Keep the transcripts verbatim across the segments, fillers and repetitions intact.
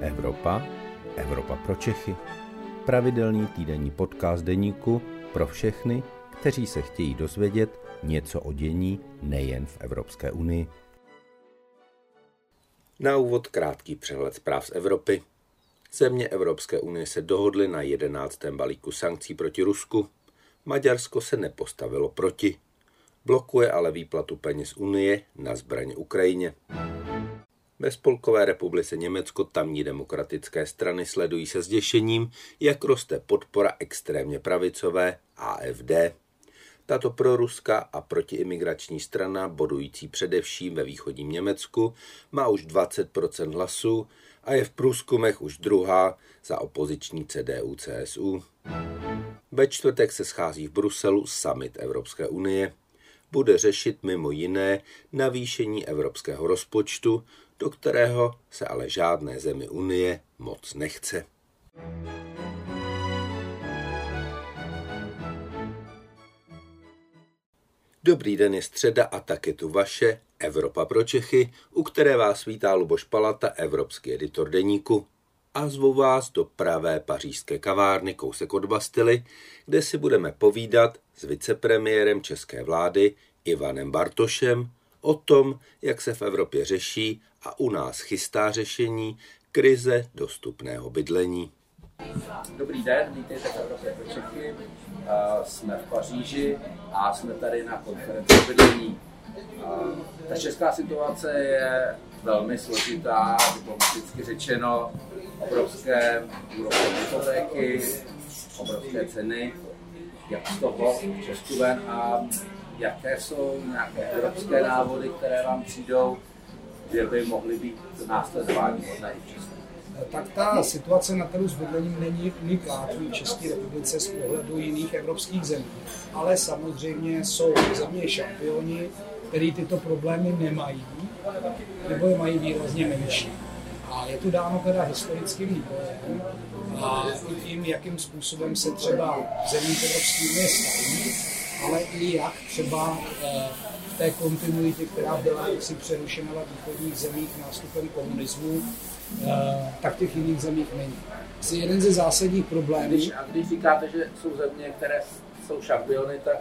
Evropa, Evropa pro Čechy. Pravidelný týdenní podcast deníku pro všechny, kteří se chtějí dozvědět něco o dění nejen v Evropské unii. Na úvod krátký přehled zpráv z Evropy. Země Evropské unie se dohodly na jedenáctém balíku sankcí proti Rusku. Maďarsko se nepostavilo proti. Blokuje ale výplatu peněz Unie na zbraně Ukrajině. Ve Spolkové republice Německo tamní demokratické strany sledují se zděšením, jak roste podpora extrémně pravicové A F D. Tato proruská a protiimigrační strana, bodující především ve východním Německu, má už dvacet procent hlasů a je v průzkumech už druhá za opoziční C D U C S U. Ve čtvrtek se schází v Bruselu summit Evropské unie. Bude řešit mimo jiné navýšení evropského rozpočtu, do kterého se ale žádné zemi unie moc nechce. Dobrý den, je středa a tak je tu vaše Evropa pro Čechy, u které vás vítá Luboš Palata, evropský editor deníku. A zvu vás do pravé pařížské kavárny kousek od Bastily, kde si budeme povídat s vicepremiérem české vlády Ivanem Bartošem o tom, jak se v Evropě řeší a u nás chystá řešení krize dostupného bydlení. Dobrý den, vítejte v Evropě pro Čechy. Uh, jsme v Paříži a jsme tady na konferenci o bydlení. Uh, ta česká situace je velmi složitá, diplomaticky řečeno, obrovské úrokové hypotéky, obrovské ceny, jak z toho v Česku ven a jaké jsou nějaké evropské návody, které vám přijdou, že by mohly být následování možná i v Česku. Tak ta situace na trhu s bydlením není unikátní v České republice z pohledu jiných evropských zemí. Ale samozřejmě jsou země šampioni, který tyto problémy nemají, nebo je mají výrazně menší. A je to dáno teda historickým vývojem a tím, jakým způsobem se třeba zemí Evropské unie staví, ale i jak třeba v té kontinuitě, která byla si přerušena v východních zemích nástupem komunismu, tak v těch jiných zemích není. Asi jeden ze zásadních problémů. Když, a když říkáte, že jsou země, které jsou šampiony, tak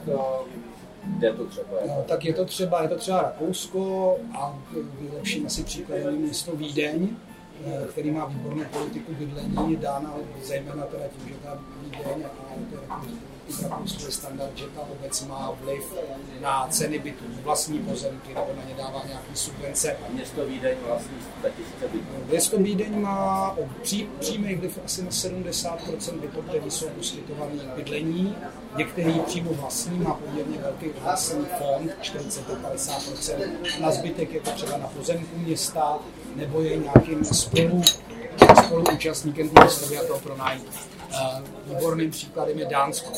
kde to třeba? No, tak je to třeba, je to třeba Rakousko a nejlepším asi příkladem je město Vídeň, který má výbornou politiku bydlení, dána zejména teda tím, že ta Vídeň a Rakousko je standard, že ta obec má vliv na ceny bytů, vlastní pozemky, nebo na ně dává nějaké subvence. A město Vídeň vlastní sto tisíc bytů. Město Vídeň má pří, přímý vliv asi na sedmdesát procent bytů, které jsou poskytované k bydlení. Některý přímo vlastní, má poměrně velký vlastní fond, čtyřicet až padesát procent. Na zbytek je to třeba na pozemku města, nebo je nějakým spolu, spoluúčastníkem té výstavby a toho pronájmu. Výborným příkladem je Dánsko.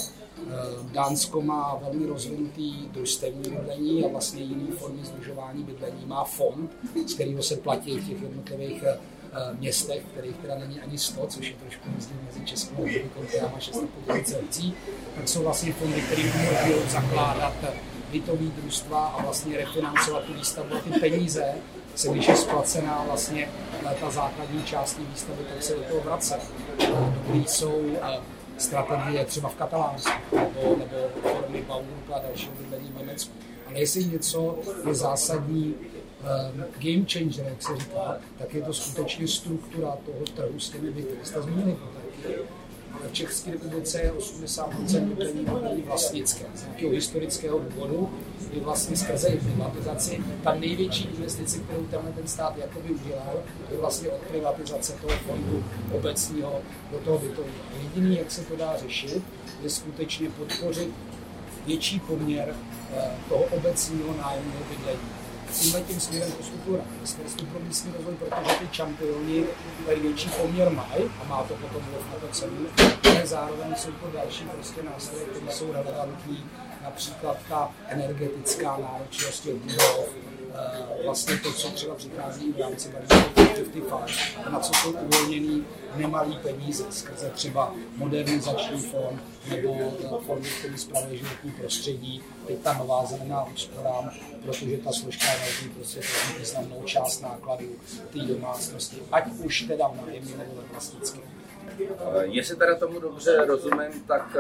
Dánsko má velmi rozvinutý družstevní bydlení a vlastně jiný formy sdružování bydlení. Má fond, z kterého se platí v těch jednotlivých městech, kterých teda není ani sto, což je trošku rozdíl mezi Českou republikou, která má šest a půl tisíce obcí. Tak jsou vlastně fondy, které umožňují zakládat bytový družstva a vlastně refinancovat tu výstavbu a ty peníze se, když je splacená vlastně ta základní část výstavby, tak se do toho vrací. Dobrý jsou strategie třeba v Katalánsku nebo, nebo formy Bauruka a dalšího bydlení v Německu. Ale jestli něco je zásadní um, game changer, jak se říká, tak je to skutečně struktura toho trhu s těmi byty. Jste zmínili hypotéky, ale v České republice je osmdesát procent bydlení vlastnické. Z nějakého historického důvodu je vlastně skrze privatizaci. Ta největší investice, kterou tenhle ten stát jakoby udělal, je vlastně od privatizace toho fondu obecního do toho bytového. Jediný, jak se to dá řešit, je skutečně podpořit větší poměr toho obecního nájemního bydlení. Tímhle tím směrem postupuje Ministerstvo pro místní rozvoj, protože ty čampioni tady větší poměr mají a má to potom vliv na to cenu, ale zároveň jsou to další prostě nástroje, které jsou relevantní například ta energetická náročnost těch budov, vlastně to, co třeba přichází v rámci balíčku padesát pět, na co jsou uvolněný nemalý peníze skrze třeba modernizační fond nebo fondy, který spravuje životní prostředí, teď ta nová zelená úsporám, protože ta složka energie prostě tvoří významnou část nákladů té domácnosti, ať už teda v nájemní nebo ve vlastnické. Jestli teda tomu dobře rozumím, tak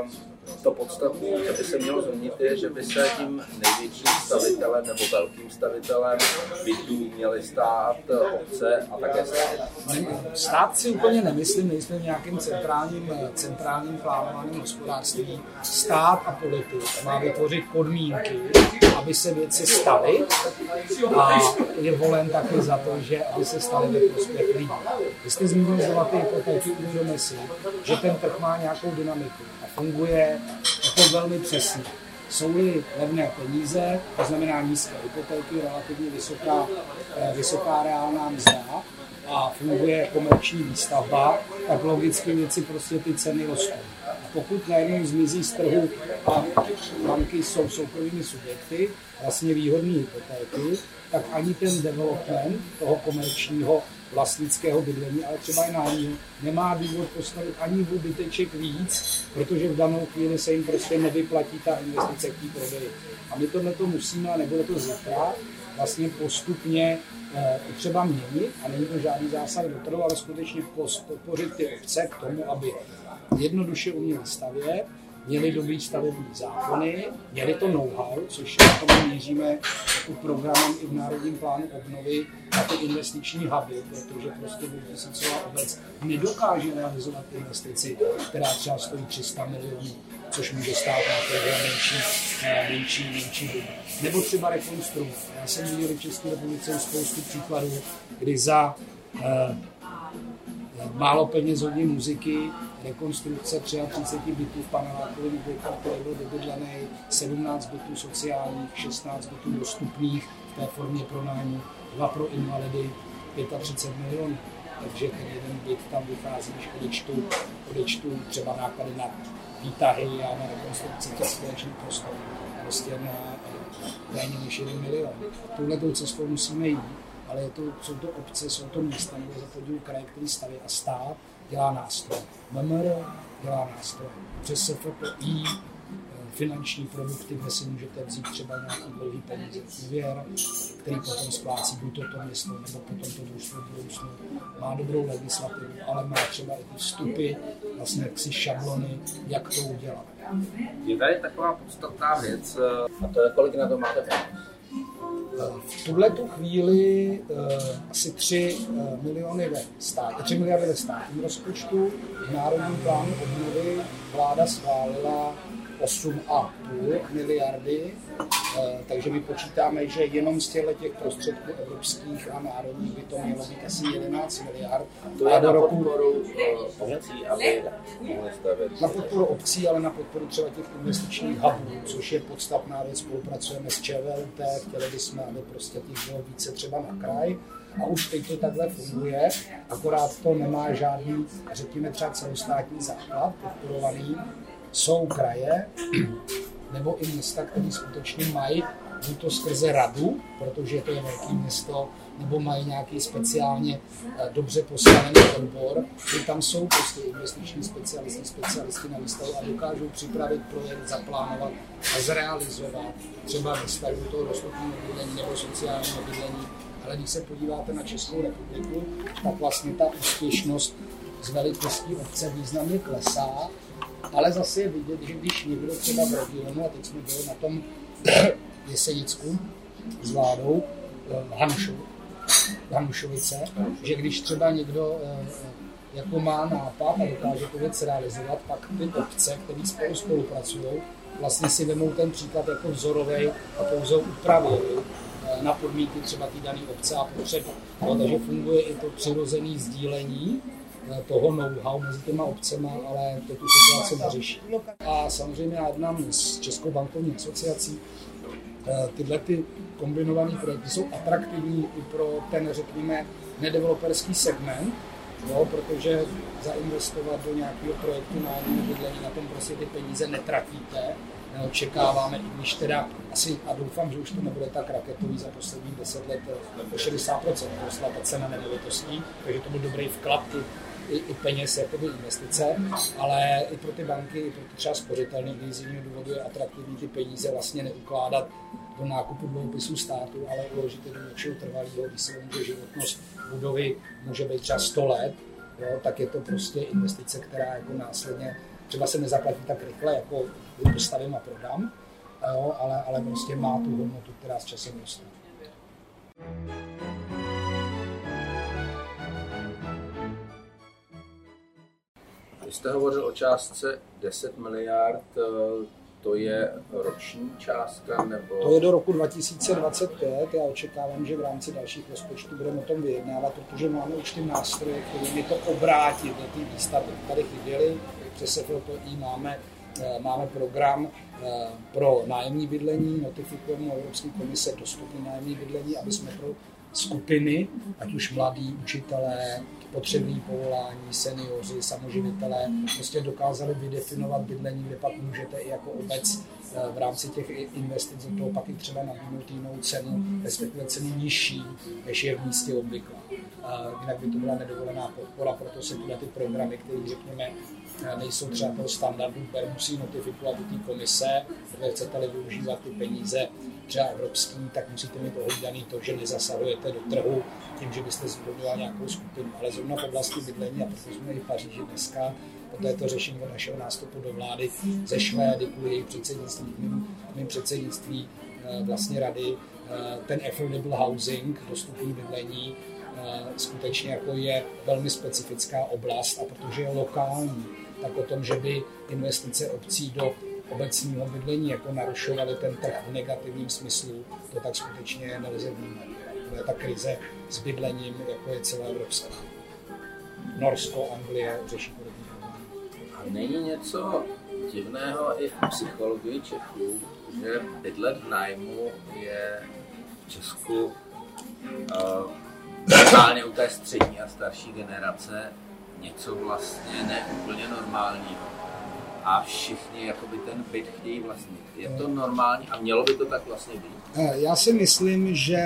to podstatné, co by se mělo změnit, je, že by se tím největším stavitelem nebo velkým stavitelem bytů měly stát obce a také stát. Stát si úplně nemyslím, nejsme v nějakém centrálním, centrálním plánovaném hospodářství. Stát a politik má vytvořit podmínky, aby se věci staly a je volen taky za to, že aby se staly ve prospěch lidí. Vy jste zmínil zlaté hypotéky, uvědomme si, že ten trh má nějakou dynamiku a funguje jako velmi přesně. Jsou-li levné peníze, to znamená nízké hypotéky, relativně vysoká, vysoká reálná mzda a funguje komerční výstavba, tak logicky věci prostě ty ceny rostou. A pokud najednou zmizí z trhu a banky jsou soukromými subjekty, vlastně výhodné hypotéky, tak ani ten development toho komerčního vlastnického bydlení, ale třeba i nájemního, nemá důvod postavit ani v byteček víc, protože v danou chvíli se jim prostě nevyplatí ta investice k té prodeji. A my tohleto musíme, a nebude to zítra, vlastně postupně eh, třeba měnit, a není to žádný zásah do trhu, ale skutečně podpořit ty obce k tomu, aby jednoduše uměli stavět, měli dobrý stavební zákony, měli to know-how, což k tomu míříme jako programem i v Národním plánu obnovy a ty investiční huby, protože prostě dvoutisícová obec nedokáže realizovat investici, která třeba stojí tři sta milionů, což může stát na menší, menší, menší dobu. Nebo třeba rekonstrukce. Já jsem viděl v České republice spoustu příkladů, kdy za eh, málo peněz hodně muziky, rekonstrukce třicet tři bytů v panelákovém bytu, který byl vybydlený, sedmnáct bytů sociálních, šestnáct bytů dostupných v té formě pronájmu, dva pro invalidy, třicet pět milionů. Takže ten jeden byt tam vychází, když odečtu, odečtu třeba náklady na výtahy a na rekonstrukci těch společných prostorů, prostě na méně než jeden milion. Touhletou cestou musíme jít, ale je to, jsou to obce, jsou to města nebo za podílu kraje, který staví a stát dělá nástroj. M M R dělá nástroj. Přes S F P I, finanční produkty, kde si můžete vzít třeba nějaký dlouhý peníze úvěr, který potom splácí buď to, to město, nebo potom to družstvo v budoucnu. Má dobrou legislativu, ale má třeba i ty vstupy, vlastně jaksi šablony, jak to udělat. Je tady taková podstatná věc, a to je, kolik na to máte peněz? V tuhletu chvíli uh, asi tři uh, miliony ve státě, tři miliardy ve státním rozpočtu. V Národním plánu obnovy vláda schválila osm a půl miliardy, uh, takže my počítáme, že jenom z těch prostředků evropských a národních by to mělo být asi jedenáct miliard. To je na roku podporu obcí, aby mohli stavět. Na podporu obcí, ale na podporu třeba těch investičních hubů, což je podstatná věc. Spolupracujeme s Č V L T, chtěli bychom, aby prostě těch bylo více třeba na kraj. A už teď to takhle funguje, akorát to nemá žádný, řekněme třeba celostátní základ podporovaný. Jsou kraje nebo i města, které skutečně mají buď to skrze radu, protože to je velké město, nebo mají nějaký speciálně dobře postavený odbor, že tam jsou prostě investiční specialisti, specialisti na výstavu a dokážou připravit projekt, zaplánovat a zrealizovat třeba výstavu toho dostupného bydlení nebo sociálního bydlení. Ale když se podíváte na Českou republiku, tak vlastně ta úspěšnost z velikostí obce významně klesá, ale zase je vidět, že když někdo třeba v regionu, a teď jsme byli na tom Jesenicku s vládou Hanušovice, že když třeba někdo jako má nápad a dokáže tu věc realizovat, pak ty obce, které spolu spolupracují, vlastně si vemou ten příklad jako vzorový a pouze upraví na podmínky třeba té dané obce a potřeby. No, takže funguje i to přirozené sdílení toho know-how mezi těma obcema, ale to tu situaci neřeší. A samozřejmě já jednám s Českou bankovní asociací. Tyhle ty kombinované projekty jsou atraktivní i pro ten, řekněme, nedeveloperský segment, jo, protože zainvestovat do nějakého projektu nájemního bydlení, na tom prostě ty peníze netratíte, neočekáváme, i když teda asi, a doufám, že už to nebude tak raketový za posledních deset let, o šedesát procent rostla ta cena nemovitostí, takže to byl dobrý vklad i, i peněz, jakoby investice, ale i pro ty banky, i pro ty třeba spořitelný, kdy z jiného důvodu je atraktivní ty peníze vlastně neukládat do nákupu dluhopisů státu, ale uložit je do něčeho trvalého, když se vím, že životnost budovy může být třeba sto let, jo, tak je to prostě investice, která jako následně třeba se nezaplatí tak rychle, jako postavím a prodám, jo, ale, ale prostě má tu hodnotu, která s časem roste. Vy jste hovořil o částce deset miliard, to je roční částka, nebo? To je do roku dva tisíce dvacet pět, já očekávám, že v rámci dalších rozpočtů budeme o tom vyjednávat, protože máme už ty nástroje, kterými to obrátit do té výstavby, tady chyběly, přes F L P I máme, máme program pro nájemní bydlení, notifikujeme Evropské komise dostupné nájemní bydlení, aby jsme pro skupiny, ať už mladí učitelé, potřební povolání, seniori, samoživitelé, prostě dokázali vydefinovat bydlení, kde pak můžete i jako obec v rámci těch investic do toho pak i třeba nabídnout jinou cenu, respektive cenu nižší, než je v místě obvyklá. Jinak by to byla nedovolená podpora, proto se tyhle ty programy, které řekněme nejsou třeba toho standardu, které musí notifikovat do té komise, protože chcete-li využívat ty peníze třeba evropský, tak musíte mít ohlídaný to, že nezasahujete do trhu tím, že byste zvládli nějakou skupinu. Ale zrovna v oblasti bydlení, a proto jsme i v Paříži dneska, po této řešení od našeho nástupu do vlády ze Švédy kvůli jejich předsednictví, mým, mým předsednictví vlastně rady, ten affordable housing, dostupný bydlení, skutečně jako je velmi specifická oblast, a protože je lokální, tak o tom, že by investice obcí do obecního bydlení jako narušovaly ten trh v negativním smyslu, to tak skutečně nelze vnímat. To je ta krize s bydlením, jako je celá evropská. Norsko, Anglie řeší podobný problém. A není něco divného i v psychologii Čechů, že bydlet v nájmu je v Česku uh, normálně u té střední a starší generace něco vlastně neúplně normálního. A všichni jakoby ten byt chtějí vlastnit. Je to normální a mělo by to tak vlastně být? Já si myslím, že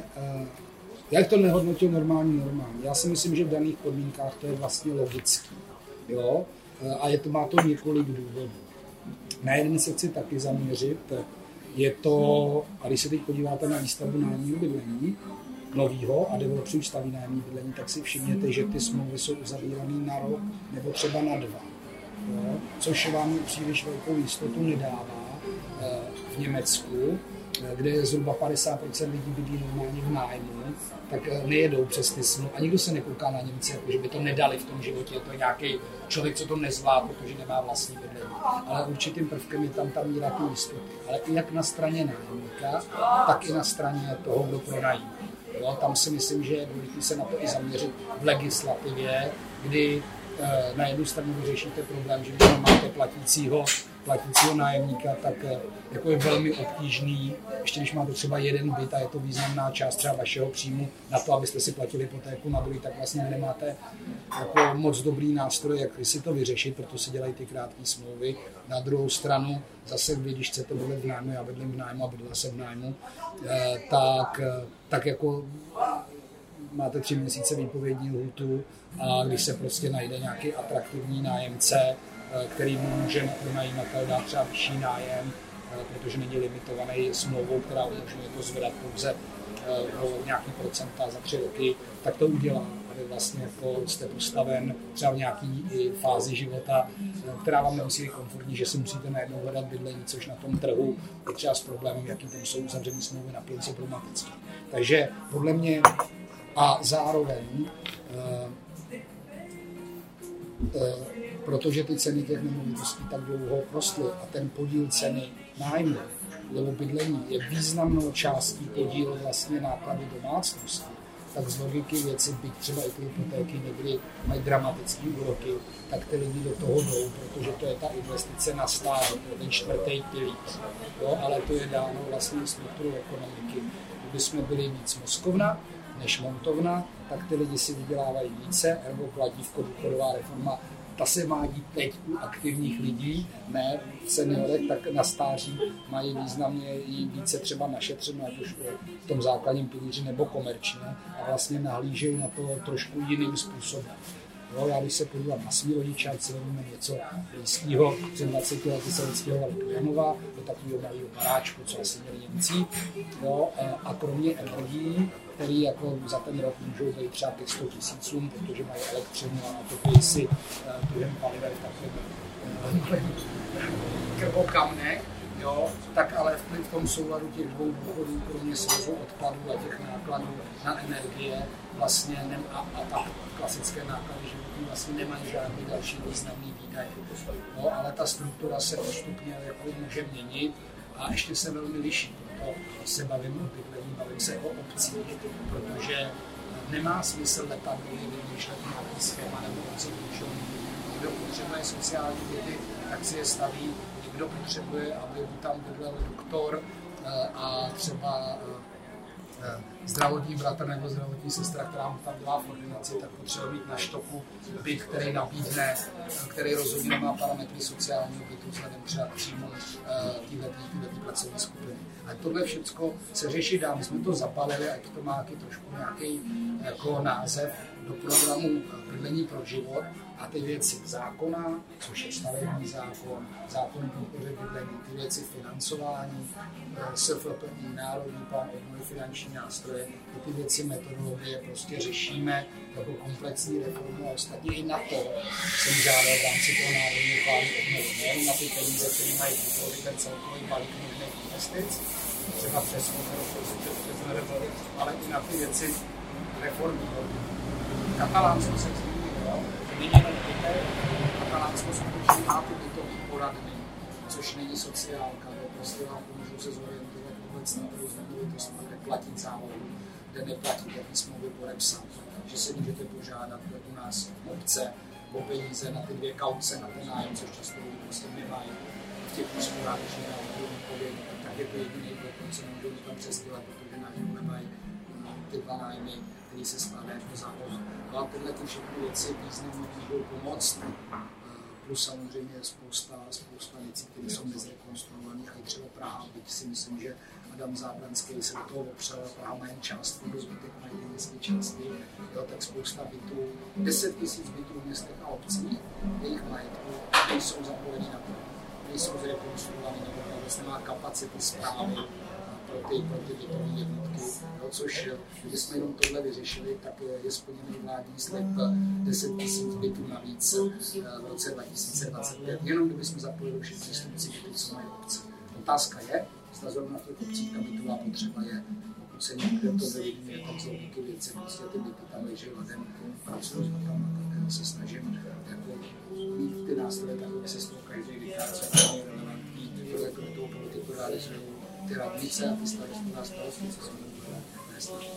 já to nehodnotil normální normální. Já si myslím, že v daných podmínkách to je vlastně logický. Jo? A je to, má to několik důvodů. Na jeden se chci taky zaměřit. Je to, a když se teď podíváte na výstavbu nájemního bydlení, novýho a developeři staví nájemní bydlení, tak si všimněte, že ty smlouvy jsou uzavírané na rok nebo třeba na dva. Jo? Což vám příliš velkou jistotu nedává v Německu, kde zhruba padesát procent lidí bydlí normálně v nájmu, tak nejedou přes ty smlouvy. A nikdo se nekouká na Němce, jako že by to nedali v tom životě. Je to nějaký člověk, co to nezvládá, protože nemá vlastní bydlení. Ale určitým prvkem je tam ta míra ty jistoty. Ale i jak na straně nájemníka, tak i na straně toho, kdo pronajímá. Jo, tam si myslím, že je důležité se na to i zaměřit v legislativě, kdy e, na jednu stranu vyřešíte problém, že když máte platícího, platícího nájemníka, tak e, jako je velmi obtížný, ještě když máte třeba jeden byt a je to významná část třeba vašeho příjmu na to, abyste si platili hypotéku na druhý, tak vlastně nemáte jako moc dobrý nástroj, jak si to vyřešit, proto se dělají ty krátké smlouvy. Na druhou stranu, zase vy, když chcete bydlet v nájmu, já bydlím v nájmu a bydlela jsem v nájmu, e, tak, tak jako máte tři měsíce výpovědní lhůtu a když se prostě najde nějaký atraktivní nájemce, který může pronajímatel dát třeba vyšší nájem, protože není limitovaný smlouvou, která umožňuje to zvedat pouze o nějaký procenta za tři roky, tak to udělá. Aby vlastně jako jste postaven třeba v nějaký fázi života, která vám nemusí být komfortní, že si musíte najednou hledat bydlení, což na tom trhu je třeba s problémem, jaký tam jsou uzavřené smlouvy na plyn problematické. Takže podle mě a zároveň uh, uh, protože ty ceny těch nemovitostí tak dlouho rostly a ten podíl ceny nájmu nebo bydlení je významnou částí podíl vlastně nákladu domácnosti, tak z logiky věci, byť třeba i ty hypotéky někdy mají dramatické úroky, tak ty lidi do toho jdou, protože to je ta investice na stále, to je ten čtvrtý pilíř. Jo, ale to je dáno vlastně strukturou ekonomiky. Kdyby jsme byli víc mozkovna než montovna, tak ty lidi si vydělávají více, ergo platí důchodová reforma ta se má dít teď u aktivních lidí, ne v seniorech, tak na stáří mají významně i více třeba našetřeno, ať už v tom základním pilíři nebo komerčně a vlastně nahlížejí na to trošku jiným způsobem. Jo, já když se podívám na svý rodiče, ať si vezmeme něco blízkého, před dvaceti lety se odstěhovali do Janova, do takového malého baráčku, co asi měli Němci. Jo, a kromě energií, který jako za ten rok můžou být třeba ke sto tisícům, protože mají elektřinu a topí si druhým palivem v takovém krvokamnech, jo, tak ale v tom souladu těch dvou důchodů, kromě svozu odkladů a těch nákladů na energie, vlastně nem, a, a tak klasické náklady životní vlastně nemají žádný další významný výdaje. No, ale ta struktura se postupně jako může měnit a ještě se velmi liší. Proto se bavím o bydlení, bavím se o obcích, protože nemá smysl letadlově vymýšlet nějaký schéma nebo obce využívat. Kdo potřebuje sociální byty, tak si je staví. Kdo potřebuje, aby tam bydlel doktor a třeba zdravotní bratr nebo zdravotní sestra, která mu tam dělá v ordinaci, tak potřebuje mít na štoku byt, který nabídne, který rozhodně nemá parametry sociálního bytu vzhledem třeba přímo této pracovní skupiny. A tohle všechno se řešit dá. My jsme to zapalili, ať to má trošku nějaký jako název do programu Bydlení pro život. A ty věci zákona, což je stavební zákon, zákon o podpoře bydlení, ty věci financování, S F P I, Národní plán obnovy finanční nástroje, ty věci metodologie prostě řešíme jako komplexní reformu a ostatně i na to jsem žádal v rámci toho Národního plánu obnovy. Nejen na ty peníze, které mají vytvořit ten celkový balík možných investic, třeba přes přes ale i na ty věci reformy. Katalánsko se zmínilo, není jenom byté, Katalánsko skutečně má ty bytový poradny, což není sociálka, kde prostě vám pomůžou se zorientovat vůbec na trhu s nemovitostmi, kde platit zálohu, kde neplatí, jaký smlouvy podepsat, že se můžete požádat u nás obce o peníze na ty dvě kauce, na ten nájem, což často lidi prostě nemají v těch úsporách, když nedávají výpověď, tak je to jediný blok, co nemůžou tam přestěhovat, protože nájmu nemají ty dva nájmy, který se skládají jako záloha. No a tyhle ty všechny věci významně můžou pomoct, plus samozřejmě spousta, spousta věcí, které jsou nezrekonstruované, a i třeba Praha, byť si myslím, že Adam Zábranský se do toho opřel, Praha má jen část, do zbytek mají ty městské části, jo, tak spousta bytů, deset tisíc bytů v městech a obcích, jejich majetku, nejsou zapojení na to, nejsou zrekonstruované, nebo vůbec nemá kapacity správy pro ty, pro ty bytové jednotky, no, což když jsme jenom tohle vyřešili, tak je splněný vládní slib deset tisíc bytů navíc v roce dva tisíce dvacet pět, jenom kdybychom zapojili všechny instituci bytů, co mají obce. Otázka je, zda zrovna v těch obcích ta bytová potřeba je, pokud se někde to vyvidí, tak jsou díky věci, prostě ty byty tam leží ladem, pracují s bytama, se snažím jako mít ty nástroje, tak aby se z toho každý vytváří relevantní, jako tou politiku realizují ty radnice a ty starostů na starosti, co jsme můžeme nesnažit.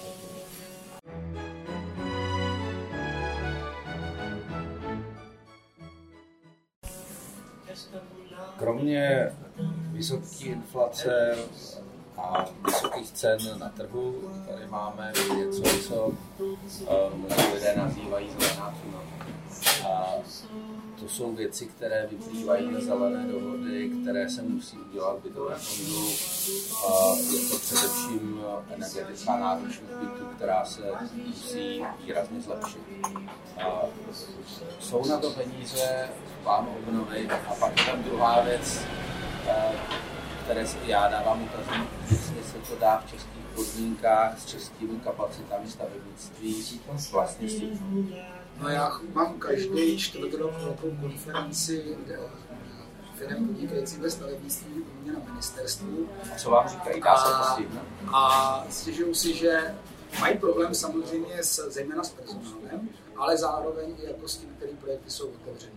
Kromě vysoké inflace a vysokých cen na trhu tady máme něco, co um, lidé nazývají zelená tsunami. A to jsou věci, které vyplývají z zelené dohody, které se musí udělat v bytovém fondu. A je to především energetická náročnost bytu, která se musí výrazně zlepšit. A jsou na to peníze, plán obnovy, a pak je tam druhá věc, které si já dávám otazník, jestli se to dá v českých podmínkách s českými kapacitami stavebnictví vlastně s tím. No já mám každý čtvrt rok velkou konferenci, kde firem podnikající ve stavebnictví u mě na ministerstvu. A co vám říkají? Dá se to stihnout? A stěžují si, že mají problém samozřejmě s, zejména s personálem, ale zároveň i jako s tím, který projekty jsou otevřený.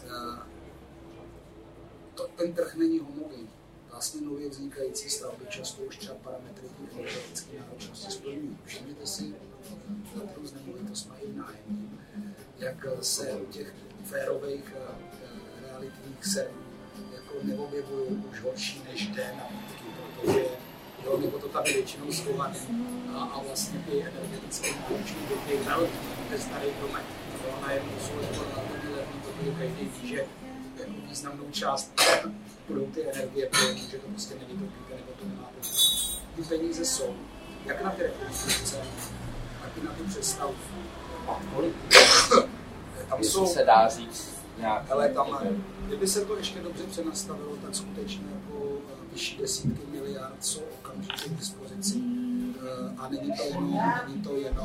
To, ten trh není homogenní. Vlastně nově vznikající stavby často už třeba parametry energetické náročnosti splňují. Všimněte si, na trhu s nemovitostmi i nájemním, jak se u těch férových realitních serverů jako neobjevují už horší než den nabídky, protože jo, nebo to tam je většinou schované a, a vlastně ty energetické náročné byty velký, to je starý domek, najednou jsou relativně levný, protože každý ví, že jako významnou část budou ty energie plyn, že to prostě nevytopíte, nebo to nemáte. Ty peníze jsou, jak na ty rekonstrukce, tak i na ty představy. Kolik? Tam Jestli jsou, se dá říct nějak. ale tam, kdyby se to ještě dobře přenastavilo, tak skutečně jako vyšší desítky miliard jsou okamžitě k dispozici. A není to jenom, není to jenom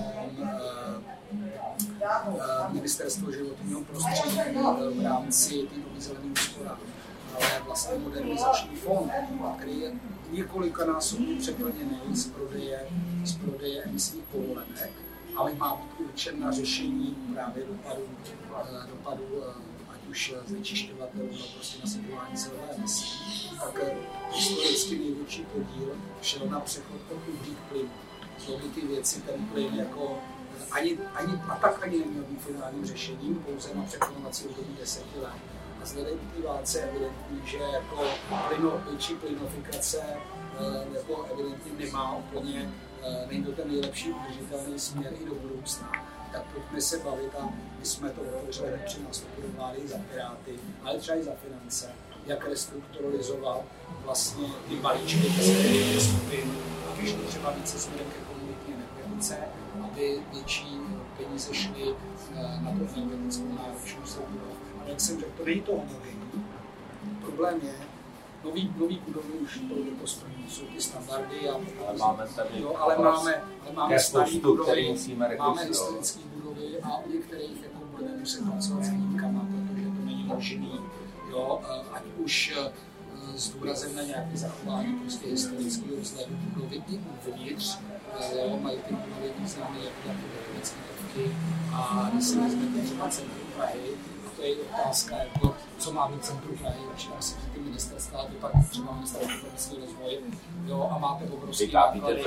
uh, ministerstvo životního prostředí v rámci té nový zelený úsporám, ale vlastně modernizační fond, který je několikanásobně přeplněný z prodeje, z prodeje emisních povolenek, ale má být určen na řešení právě dopadů, uh, dopadů uh, ať už znečišťovatelů, no prostě na snižování cé ó dva emisí, tak historicky největší podíl šel na přechod od uhlí k plynu. Jsou ty věci, ten plyn jako ani, ani, a tak ani neměl být finálním řešením, pouze na překlenovací období deseti let. A vzhledem k té válce je evidentní, že jako plyno, větší plynofikace jako evidentně nemá úplně, není to ten nejlepší udržitelný směr i do budoucna. Tak pojďme se bavit a my jsme to otevřeli při nástupu do vlády za Piráty, ale třeba i za finance, jak restrukturalizovat vlastně ty balíčky těch skupin, a vyšlo třeba více směrem ke komunitní energetice, aby větší peníze šly na to energetickou náročnost budov. Ale jak jsem řekl, to není to homogenní. Problém je, nový, nový budovy už to nepostojí, jsou ty standardy. A ale máme tady jo, ale máme, ale máme staré budovy, máme historické budovy a u některých jako budeme muset pracovat s výjimkama, protože to není možný. Jo, ať už s důrazem na nějaké zachování prostě historického vzhledu budovy i uvnitř, jo, mají ty budovy významné jako architektonické prvky a když si vezmete třeba centrum Prahy, to je otázka, jako, co má být centrum Prahy, určitě tam sedí ty ministerstva, to pak třeba ministerstvo pro místní rozvoj, jo, a máte obrovský náklady,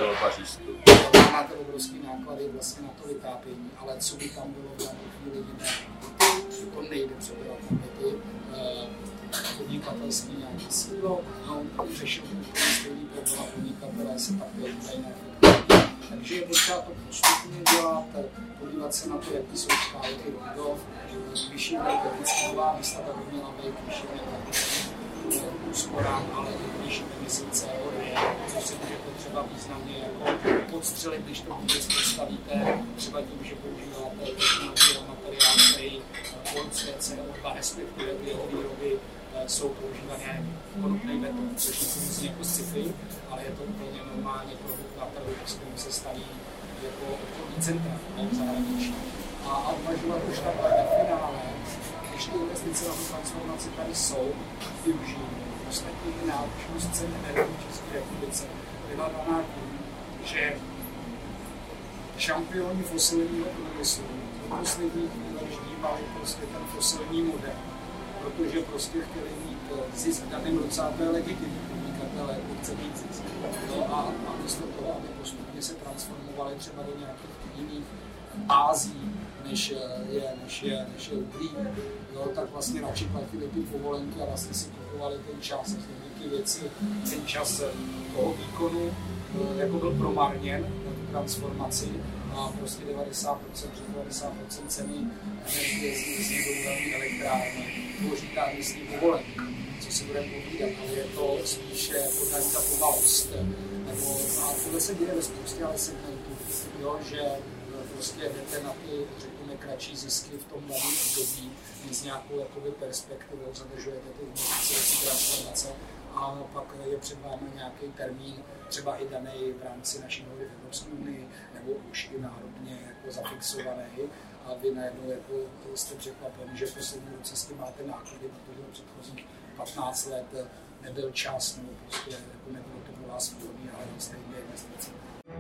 máte obrovský náklady vlastně na to vytápění, ale co by tam bylo v dané chvíli jiné, to nejde přebrat na byty, podnikatelský nějaký sílo, no, řešil stejný problém podnikatelé se také dají na efektivní. Takže je potřeba to postupně dělat, podívat se na to, jaký jsou škály těch budov, vyšší energetický nová výstava by měla být vyšší energetický úsporám, ale i vyšší emisí cé ó dva, což se může potřeba významně jako podstřelit, když to vůbec představíte, třeba tím, že používáte materiál, který polské cé ó dva, respektive ty jeho výroby jsou používané konopný beton, což je jako sci-fi, ale je to úplně normálně produkt na trhu, s kterým se staví jako obchodní centra v zahraničí. A, a uvažovat už takhle ve finále, když ty investice na tu transformaci tady jsou, využijí. Ostatní náročnost cen energií v České republice byla daná tím, že šampioni fosilního průmyslu do posledních chvíle ždímali prostě ten fosilní model, protože prostě chtěli mít zisk v daném roce, a to je legitimní, podnikatelé chce mít zisk. No a, a místo toho, aby postupně se transformovali třeba do nějakých jiných bází, než je, než je, než je uhlí, no, tak vlastně radši platili ty povolenky a vlastně si kupovali ten čas, ty věci, ten čas toho výkonu jako byl promarněn na tu transformaci a prostě devadesát procent, devadesát procent ceny energie z obnovitelné elektrárny tvoří ta emisní povolenka, co si budeme povídat, ale je to spíše podání za pomalost. Nebo, a tohle se děje ve spoustě ale segmentů, jo, že prostě jdete na ty, řekněme, kratší zisky v tom daném období, s nějakou jakoby perspektivou, zadržujete ty investice, transformace a pak je před vámi nějaký termín, třeba i daný v rámci naší dohody v Evropské unii, nebo už i národně jako zafixovaný, a vy najednou jako jste překvapeni, že v posledním roce s tím máte náklady, protože v předchozích patnáct let nebyl čas, nebo prostě jako nebylo to pro vás výhodný, ale stejně investice.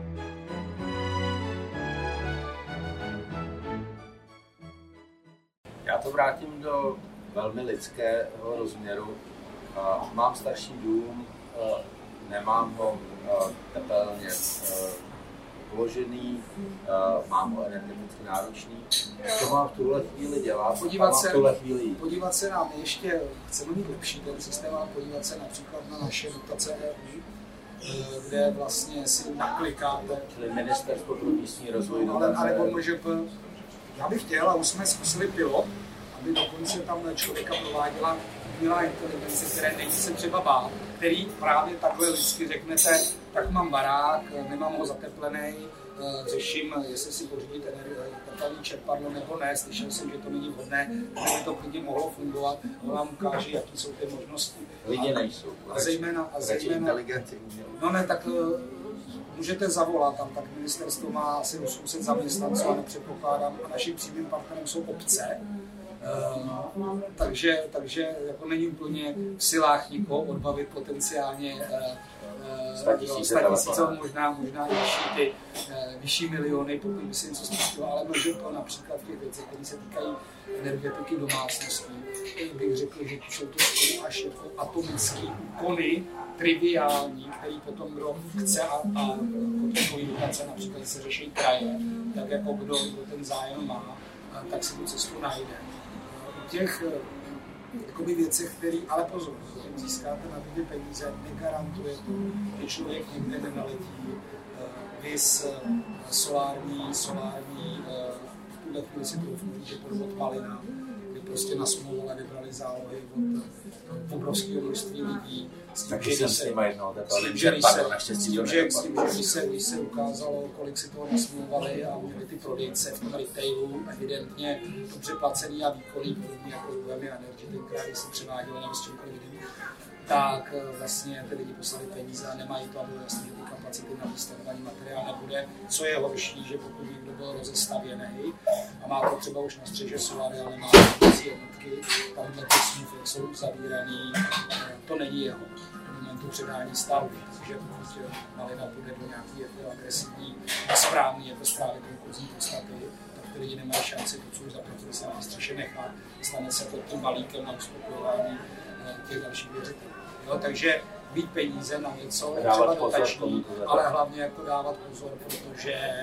Já to vrátím do velmi lidského rozměru. Mám starší dům, nemám ho tepelně vložený, mám ho energeticky náročný. Co mám v tuhle chvíli dělat? Podívat se, chvíli... podívat se na, my ještě chceme mít lepší ten systém, ale podívat se například na naše dotace E U, kde vlastně si naklikáte. Čili Ministerstvo pro místní rozvoj. Ale, ale já bych chtěl, a už jsme zkusili pilot, aby dokonce tam člověka prováděla umělá inteligence, které není se třeba bát, který právě takhle lidsky řeknete, tak mám barák, nemám ho zateplený, řeším, jestli si pořídit tepelný čerpadlo nebo ne, slyšel jsem, že to není vhodné, že by to klidně mohlo fungovat, on vám ukáže, jaké jsou ty možnosti. Lidi nejsou. A zejména, a zejména no ne, tak můžete zavolat, tam tak ministerstvo má asi osm set zaměstnanců a nepředpokládám, a naším přímým partnerem jsou obce. Uh, takže, takže jako není úplně v silách nikoho odbavit potenciálně uh, statisíce, možná, možná vyšší, ty, uh, vyšší miliony, pokud by se něco spustilo, ale může to například v těch věcech, které se týkají energetiky domácností. Bych řekl, že jsou to až jako atomické úkony, triviální, který potom kdo chce a, a jako edukace například se řeší kraje, tak jako kdo, kdo ten zájem má, tak si tu cestu najde. U těch jakoby věcech, které, ale pozor, když získáte na ty peníze, negarantuje to, že člověk nikde nenaletí. Vys solární, solární, v tuhle chvíli si to říct, že podvod Malina, kdy prostě nasmlouvali, vybrali zálohy od, od obrovského množství lidí. Taky jsem s nimi jednou, naštěstí to nedopadlo. Když se, když se ukázalo, kolik si toho nasmlouvali a měli ty prodejce v tom retailu evidentně dobře placený a výkonný, podobně jako Bohemia Energy, tenkrát, když se převádělo na čemkoliv jiným, tak vlastně ty lidi poslali peníze a nemají to, aby vlastně ty kapacity na výstavování materiál nebude. Co je horší, že pokud někdo byl rozestavěný a má to třeba už na střeže soláry, ale má ty jednotky, tamhle ty smluv, jak jsou zavíraný, to není jeho v momentu předání stavby. Takže pokud Malina půjde do nějaký jako agresivní a správný, jako správně konkurzní podstaty, tak ty lidi nemají šanci to, co už zaplatili se na střeše nechat, stane se pod tím balíkem na uspokojování těch dalších věřitelů. Jo, takže být peníze na něco, třeba dotační, ale hlavně jako dávat pozor, protože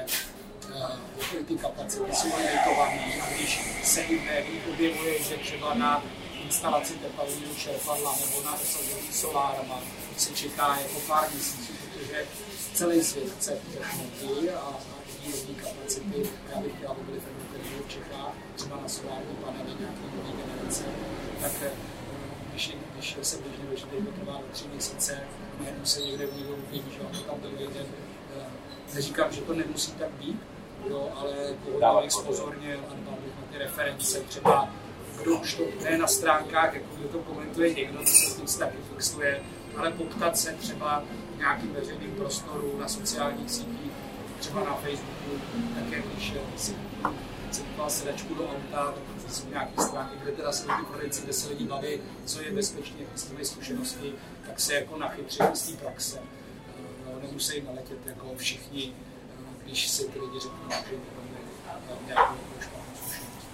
uh, ty kapacity jsou limitované a když se i v médiích objevuje, že třeba na instalaci tepelného čerpadla nebo na osazení solárama se čeká jako pár měsíců, protože celý svět chce technologii a výrobní kapacity. Já bych chtěla, aby byly v Evropě, v Čechách, třeba na solární panely nějaké nové generace, tak Když, když se běžně že to trvá do tři měsíce, najednou se někde někdo uvidí, že to tam byl jeden. Neříkám, že to nemusí tak být, jo, ale hodně bych spozornil a dbal bych na ty reference, třeba kdo už to ne na stránkách, jako kdo to komentuje někdo, co se s tím taky fixuje, ale poptat se třeba v nějakým veřejným prostoru, na sociálních sítích, třeba na Facebooku, také když si kupoval sedačku do auta, tak jsou nějaké stránky, kde teda se lidi prodejci, kde se lidi baví, co je bezpečně, jaké jsou zkušenosti, tak se jako nachytří z té praxe. Nemusí naletět jako všichni, když si ty lidi řeknou, že to je nějakou špatnou zkušenost.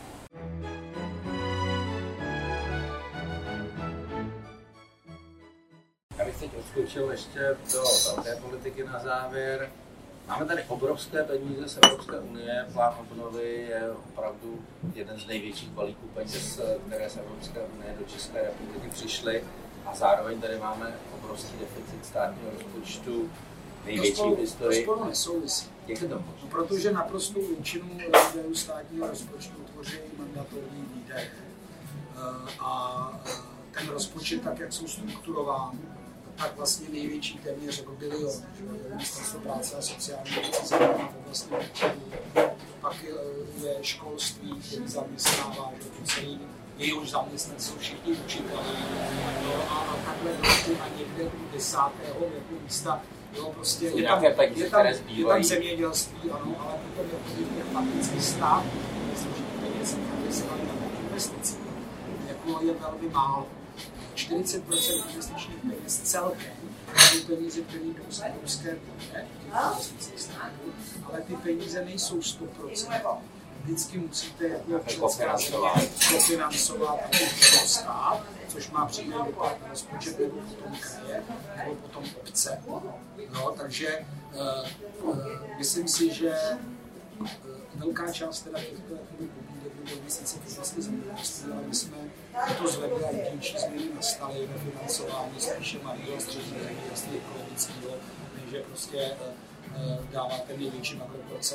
Já bych teď odskočil ještě do velké politiky na závěr. Máme tady obrovské peníze z Evropské unie, plán obnovy je opravdu jeden z největších balíků peněz, které z Evropské unie do České republiky přišly a zároveň tady máme obrovský deficit státního rozpočtu, největší v historii. To spolu nesouvisí. Jak je to možné? No, protože naprostou většinu výdajů státního rozpočtu tvoří mandatorní výdaje. A ten rozpočet, tak jak jsou strukturován, tak vlastně největší téměř jako bilion, Ministerstvo práce a sociální věcí zaměstnává v oblasti občanů. Pak je školství, který zaměstnává, že celý jejíž zaměstnanci jsou všichni učitelé. No, a takhle prostě a někde u desátého jako místa, jo, prostě je tam, je, tam, je tam zemědělství, ano, ale potom je to těch faktický stát, myslím, že peněz se tam na investici, jako je velmi málo. čtyřicet procent investičních peněz celkem jsou peníze, které jdou z Evropské unie, investičních států, ale ty peníze nejsou sto procent. Vždycky musíte jako členská země kofinancovat stát, což má přímý dopad na rozpočet nebo potom kraje, nebo potom obce. No, takže uh, uh, myslím si, že uh, velká část teda těchto pobídek nebo investice v oblasti zemědělství, ale my jsme to zvedli a dílčí změny nastaly ve financování spíše malého středního zemědělství ekologického, než že prostě uh, uh, dává ten největší makroprocent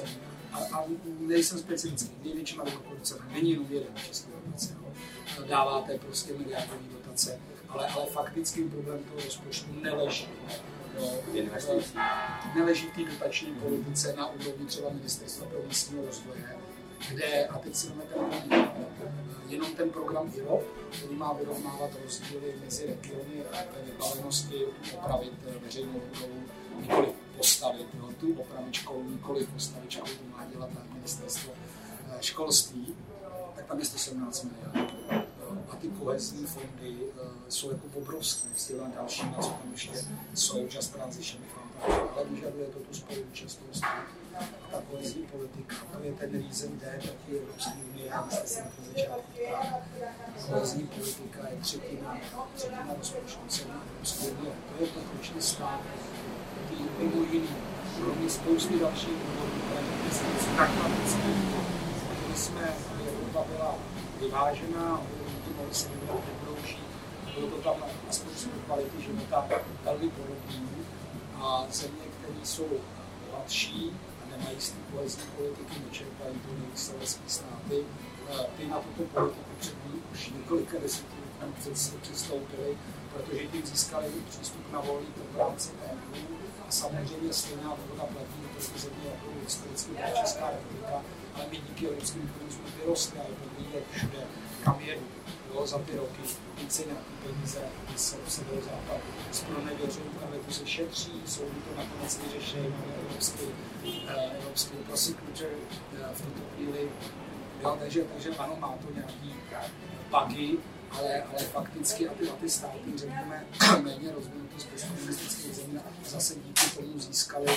a, a nejsem specifický, největší maloproducent není jenom jeden v České republice. Dáváte prostě miliardové dotace, ale, ale faktický problém toho rozpočtu neleží. Jo, neleží v té dotační politice na úrovni třeba Ministerstva pro místního rozvoje, kde, a teď si máme jenom ten program I R O P, který má vyrovnávat rozdíly mezi regiony a vybavenosti, opravit veřejnou budovu, nikoli postavit jo, tu opravičkou, nikoli postavičkou, to má dělat na Ministerstvo školství, tak tam je sto sedmnáct miliard. A ty kohezní fondy uh, jsou jako obrovské, s těma dalšíma, co tam ještě jsou, Just Transition Fund, ale vyžaduje to tu spoluúčast toho státu. A ta kohezní politika, to je ten reason D taky Evropské unie, a jste se na to začátku ptát. Kohezní politika je třetina, třetina rozpočtu celé Evropské unie. To je to, proč ty státy, ty mimo jiný, kromě spousty dalších důvodů, které jsou pragmatické, když jsme Evropa byla vyvážená, mohli se vybrat nebrouží, bylo to tam aspoň z kvality života velmi podobný a země, které jsou bohatší a nemají z té kohezní politiky, nečerpají to nejvyslavecké státy, ty na tuto politiku před ní už několika desetiletí přistoupili, protože tím získali přístup na volný trh v rámci E U a samozřejmě stejná dohoda platí pro ty země jako historicky pro Česká republika, ale my díky evropským fondům jsme vyrostli a je to vidět všude, kam jedu. Jo, za ty roky více na peníze, když se obsadil západ. Zpronevěřují, tam se šetří, soudy to nakonec vyřešejí, máme evropský, eh, evropský prosecutor eh, v tuto chvíli. Jo, takže, takže ano, má to nějaký bugy, ale, ale fakticky a ty, a ty státy, řekněme, méně rozvinuté z postkomunistických zemí, zase díky tomu získali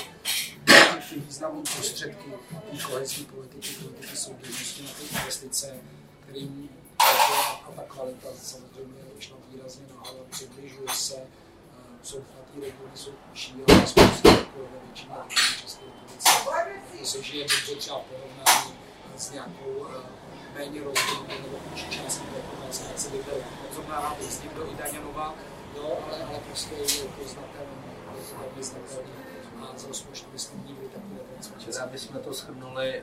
ty významné prostředky té kohezní politiky, politiky soudržnosti na ty investice, kterým a ta kvalita samozřejmě šla výrazně nahoru, přibližuje se, jsou chatý regiony, jsou uší, ale spoustu jako ve většině České republice. To se žije dobře třeba porovnání s nějakou méně rozvinutou nebo uší částí republiky, jak se vyberá. Rozumná rád jezdím do Idaňanova, jo, ale, ale prostě je to znatelné, je to velmi znatelné a z rozpočtu bychom nikdy takové transformace. Aby jsme to shrnuli,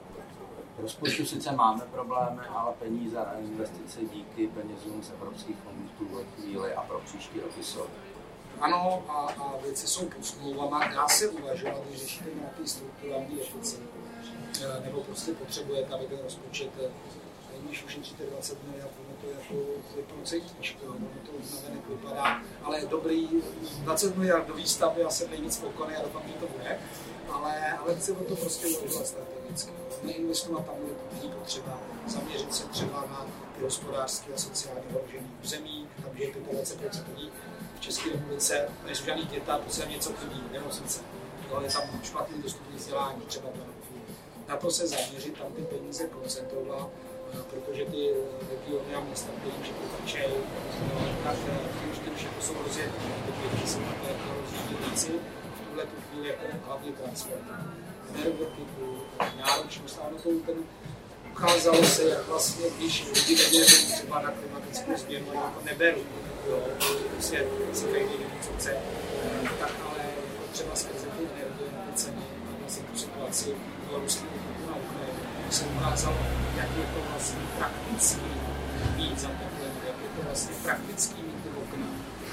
v rozpočtu sice máme problémy, ale peníze a investice díky penězům z evropských fondů v tuhle chvíli a pro příští roky jsou. Ano, a, a věci jsou pod smlouvama. Dá se uvažovat, když řešíte nějaký strukturální deficit, nebo prostě potřebujete, aby ten rozpočet, když ušetříte dvacet miliard, ono to jako vyprocentíš, ono to navenek vypadá, ale dobrý dvacet miliard do výstavby, já jsem nejvíc spokojený a doufám, že to bude, ale, ale chci o to prostě uvažovat strategicky. Neinvestovat tam, kde to není potřeba, zaměřit se třeba na ty hospodářské a sociálně ohrožené území, tam je dvacet pět procent lidí v České republice, nejsou žádný děta, to se něco chybí, nemocnice. Je tam špatný dostupný vzdělání, třeba na to se zaměřit, tam ty peníze koncentrovat, protože ty regiony a města, kterým že potrčejí, tak ty už jako jsou rozjetí, ty větší jsou také rozjíždějící, v tuhle tu chvíli jako hlavně transport, energetiku, náročnost, ano to ten ukázalo se, jak vlastně, když lidi nevěří třeba na klimatickou změnu, jako neberu, jo, prostě si každý něco chce, tak ale třeba skrze ty energie na ty ceny a vlastně tu situaci do ruského útoku na Ukrajinu se ukázalo, jak je to vlastně praktický mít za teplem, jak je to vlastně praktický mít ty okna.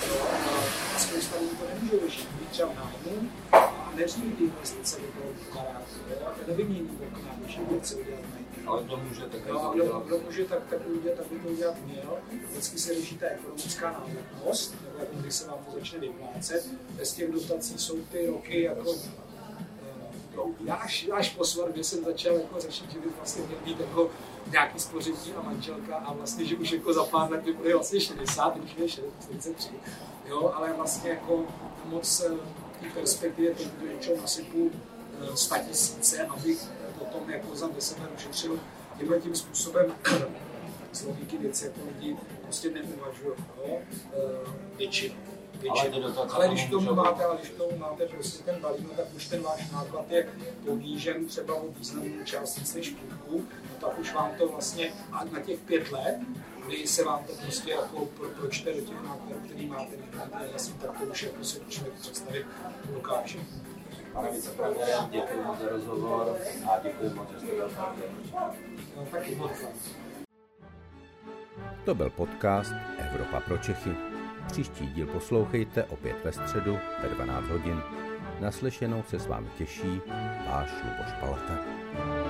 A spousta lidí to nemůže vyžít, být třeba v nájmu a neřídí ty investice do toho baráku, a nevymění okna, když je něco udělat mají. Ale kdo může tak no, kdo, kdo může tak, tak, udělat, tak by to udělat měl. Vždycky se řeší ta ekonomická návratnost, nebo jako když se vám to začne vyplácet. Bez těch dotací jsou ty roky jako no, až, až po svatbě jsem začal jako řešit, že by vlastně měl být jako nějaký spoření a manželka a vlastně, že už jako za pár let by bude vlastně šedesát, když je čtyřicet tři. Jo, ale vlastně jako moc v té perspektivě teď do něčeho nasypu sto tisíce, abych potom jako za deset let ušetřil tímhle tím způsobem z logiky věci, jako lidi prostě neuvažují, no? většinou. Ale, ale když k tomu máte, ale když k tomu máte prostě ten balík, no, tak už ten váš náklad je ponížen třeba o významnou část než půlku, no, tak už vám to vlastně a na těch pět let, kdy se vám to prostě jako pro, pročte do těch nákladů, který máte, když máte vlastně, tak to už jako se člověk představit dokáže. Pane vicepremiére, děkuji moc za rozhovor a děkuji moc, že jste byl Taky moc. To byl podcast Evropa pro Čechy. Příští díl poslouchejte opět ve středu ve dvanáct hodin. Naslyšenou se s vámi těší váš Luboš Palata.